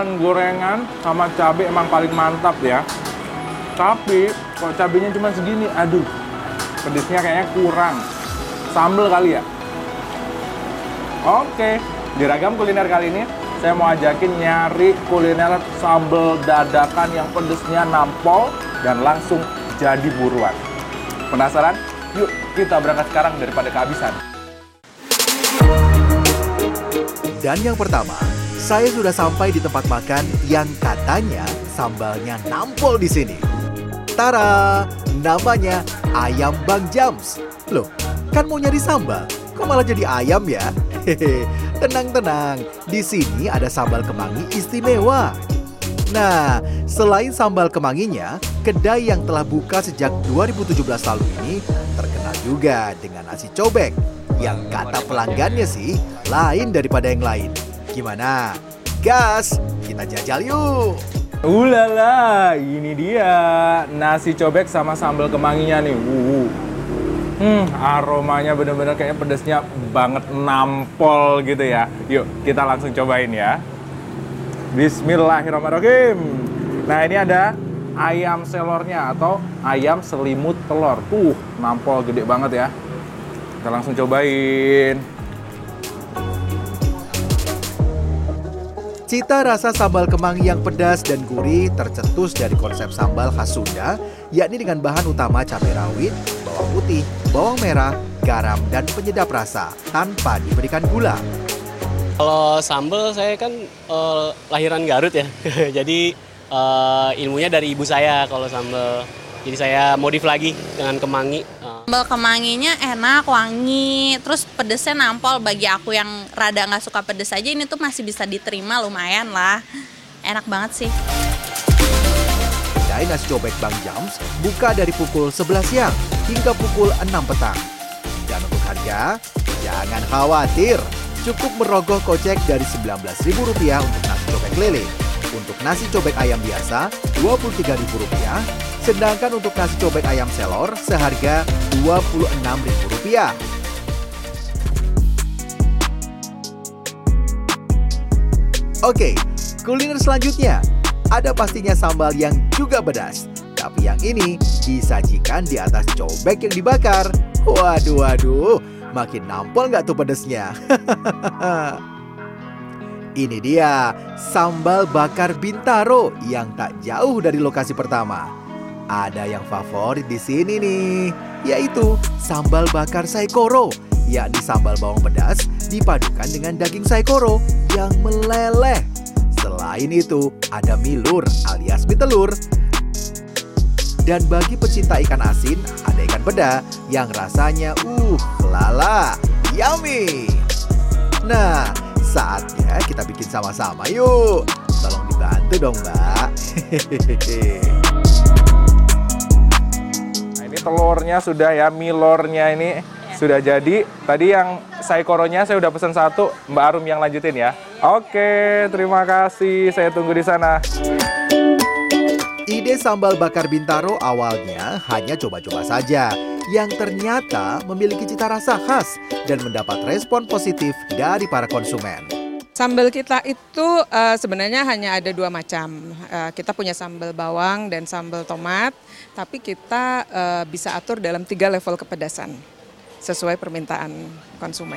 dengan gorengan sama cabai emang paling mantap ya. Tapi kalau cabainya cuma segini, aduh, pedesnya kayaknya kurang. Sambal kali ya. Oke, di Ragam Kuliner kali ini saya mau ajakin nyari kuliner sambal dadakan yang pedesnya nampol dan langsung jadi buruan. Penasaran? Yuk kita berangkat sekarang daripada kehabisan. Dan yang pertama, saya sudah sampai di tempat makan yang katanya sambalnya nampol di sini. Tara, namanya Ayam Bang Jams. Loh, kan mau nyari sambal, kok malah jadi ayam ya? Hehe, tenang-tenang, di sini ada sambal kemangi istimewa. Nah, selain sambal kemanginya, kedai yang telah buka sejak 2017 lalu ini terkenal juga dengan nasi cobek. Yang kata pelanggannya sih, lain daripada yang lain. Gimana? Gas, kita jajal yuk! Ulala, ini dia nasi cobek sama sambal kemanginya nih. Aromanya bener-bener kayaknya pedasnya banget nampol gitu ya. Yuk, kita langsung cobain ya. Bismillahirrahmanirrahim. Nah, ini ada ayam selornya atau ayam selimut telur. Nampol gede banget ya. Kita langsung cobain. Cita rasa sambal kemangi yang pedas dan gurih tercetus dari konsep sambal khas Sunda, yakni dengan bahan utama cabai rawit, bawang putih, bawang merah, garam, dan penyedap rasa tanpa diberikan gula. Kalau sambal saya kan lahiran Garut ya, jadi ilmunya dari ibu saya kalau sambal. Jadi saya modif lagi dengan kemangi. Sambal kemanginya enak, wangi, terus pedesnya nampol. Bagi aku yang rada nggak suka pedes aja, ini tuh masih bisa diterima, lumayan lah. Enak banget sih. Kedai nasi cobek Bang Jams buka dari pukul 11 siang hingga pukul 6 petang. Dan untuk harga, jangan khawatir. Cukup merogoh kocek dari Rp19.000 untuk nasi cobek lele. Untuk nasi cobek ayam biasa, Rp23.000. Sedangkan untuk nasi cobek ayam selor seharga Rp26.000. Oke, kuliner selanjutnya. Ada pastinya sambal yang juga pedas. Tapi yang ini disajikan di atas cobek yang dibakar. Waduh, makin nampol nggak tuh pedesnya? Ini dia, sambal bakar Bintaro yang tak jauh dari lokasi pertama. Ada yang favorit di sini nih, yaitu sambal bakar saikoro, yakni sambal bawang pedas dipadukan dengan daging saikoro yang meleleh. Selain itu, ada milur alias mie telur. Dan bagi pecinta ikan asin, ada ikan peda yang rasanya lala, yummy. Nah, saatnya kita bikin sama-sama yuk. Tolong dibantu dong, Mbak. Nah, ini telurnya sudah ya, milornya ini sudah jadi. Tadi yang saikoronya saya udah pesan satu, Mbak Arum yang lanjutin ya. Oke, terima kasih. Saya tunggu di sana. Ide sambal bakar Bintaro awalnya hanya coba-coba saja, yang ternyata memiliki cita rasa khas dan mendapat respon positif dari para konsumen. Sambal kita itu sebenarnya hanya ada dua macam. Kita punya sambal bawang dan sambal tomat, tapi kita bisa atur dalam 3 level kepedasan sesuai permintaan konsumen.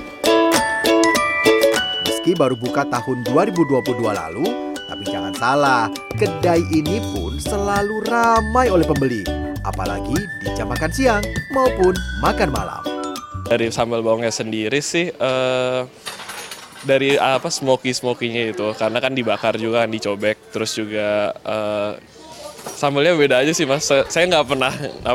Meski baru buka tahun 2022 lalu, tapi jangan salah, kedai ini pun selalu ramai oleh pembeli, apalagi di jam makan siang maupun makan malam. Dari sambal bawangnya sendiri sih, dari smoky-smokinya itu, karena kan dibakar juga kan, dicobek, terus juga sambalnya beda aja sih Mas. Saya nggak pernah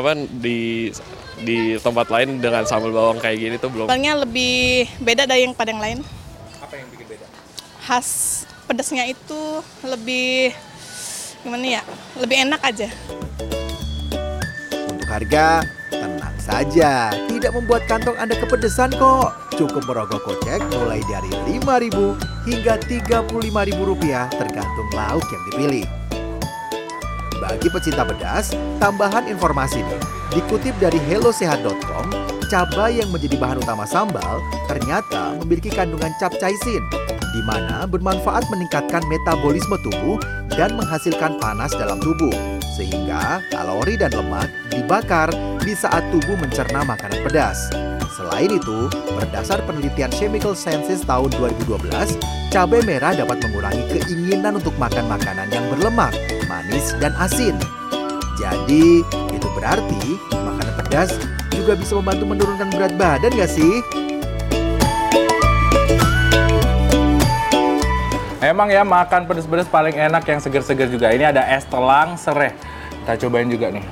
di tempat lain dengan sambal bawang kayak gini tuh belum. Sambalnya lebih beda dari yang pada yang lain. Apa yang bikin beda? Khas pedasnya itu lebih gimana ya? Lebih enak aja. Untuk harga, tenang saja, tidak membuat kantong Anda kepedesan kok. Cukup merogoh kocek mulai dari Rp5.000 hingga Rp35.000 tergantung lauk yang dipilih. Bagi pecinta pedas, tambahan informasi nih. Dikutip dari hellosehat.com, cabai yang menjadi bahan utama sambal ternyata memiliki kandungan capsaicin di mana bermanfaat meningkatkan metabolisme tubuh dan menghasilkan panas dalam tubuh, sehingga kalori dan lemak dibakar di saat tubuh mencerna makanan pedas. Selain itu, berdasar penelitian Chemical Senses tahun 2012, cabai merah dapat mengurangi keinginan untuk makan makanan yang berlemak, manis, dan asin. Jadi, itu berarti makanan pedas juga bisa membantu menurunkan berat badan nggak sih? Emang ya makan pedes-pedes paling enak yang seger-seger juga. Ini ada es telang sereh. Kita cobain juga nih.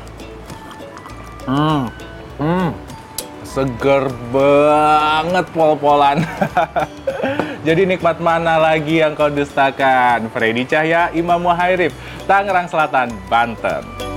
Seger banget pol-polan. Jadi nikmat mana lagi yang kau dustakan? Freddy Cahya, Imam Muhairib, Tangerang Selatan, Banten.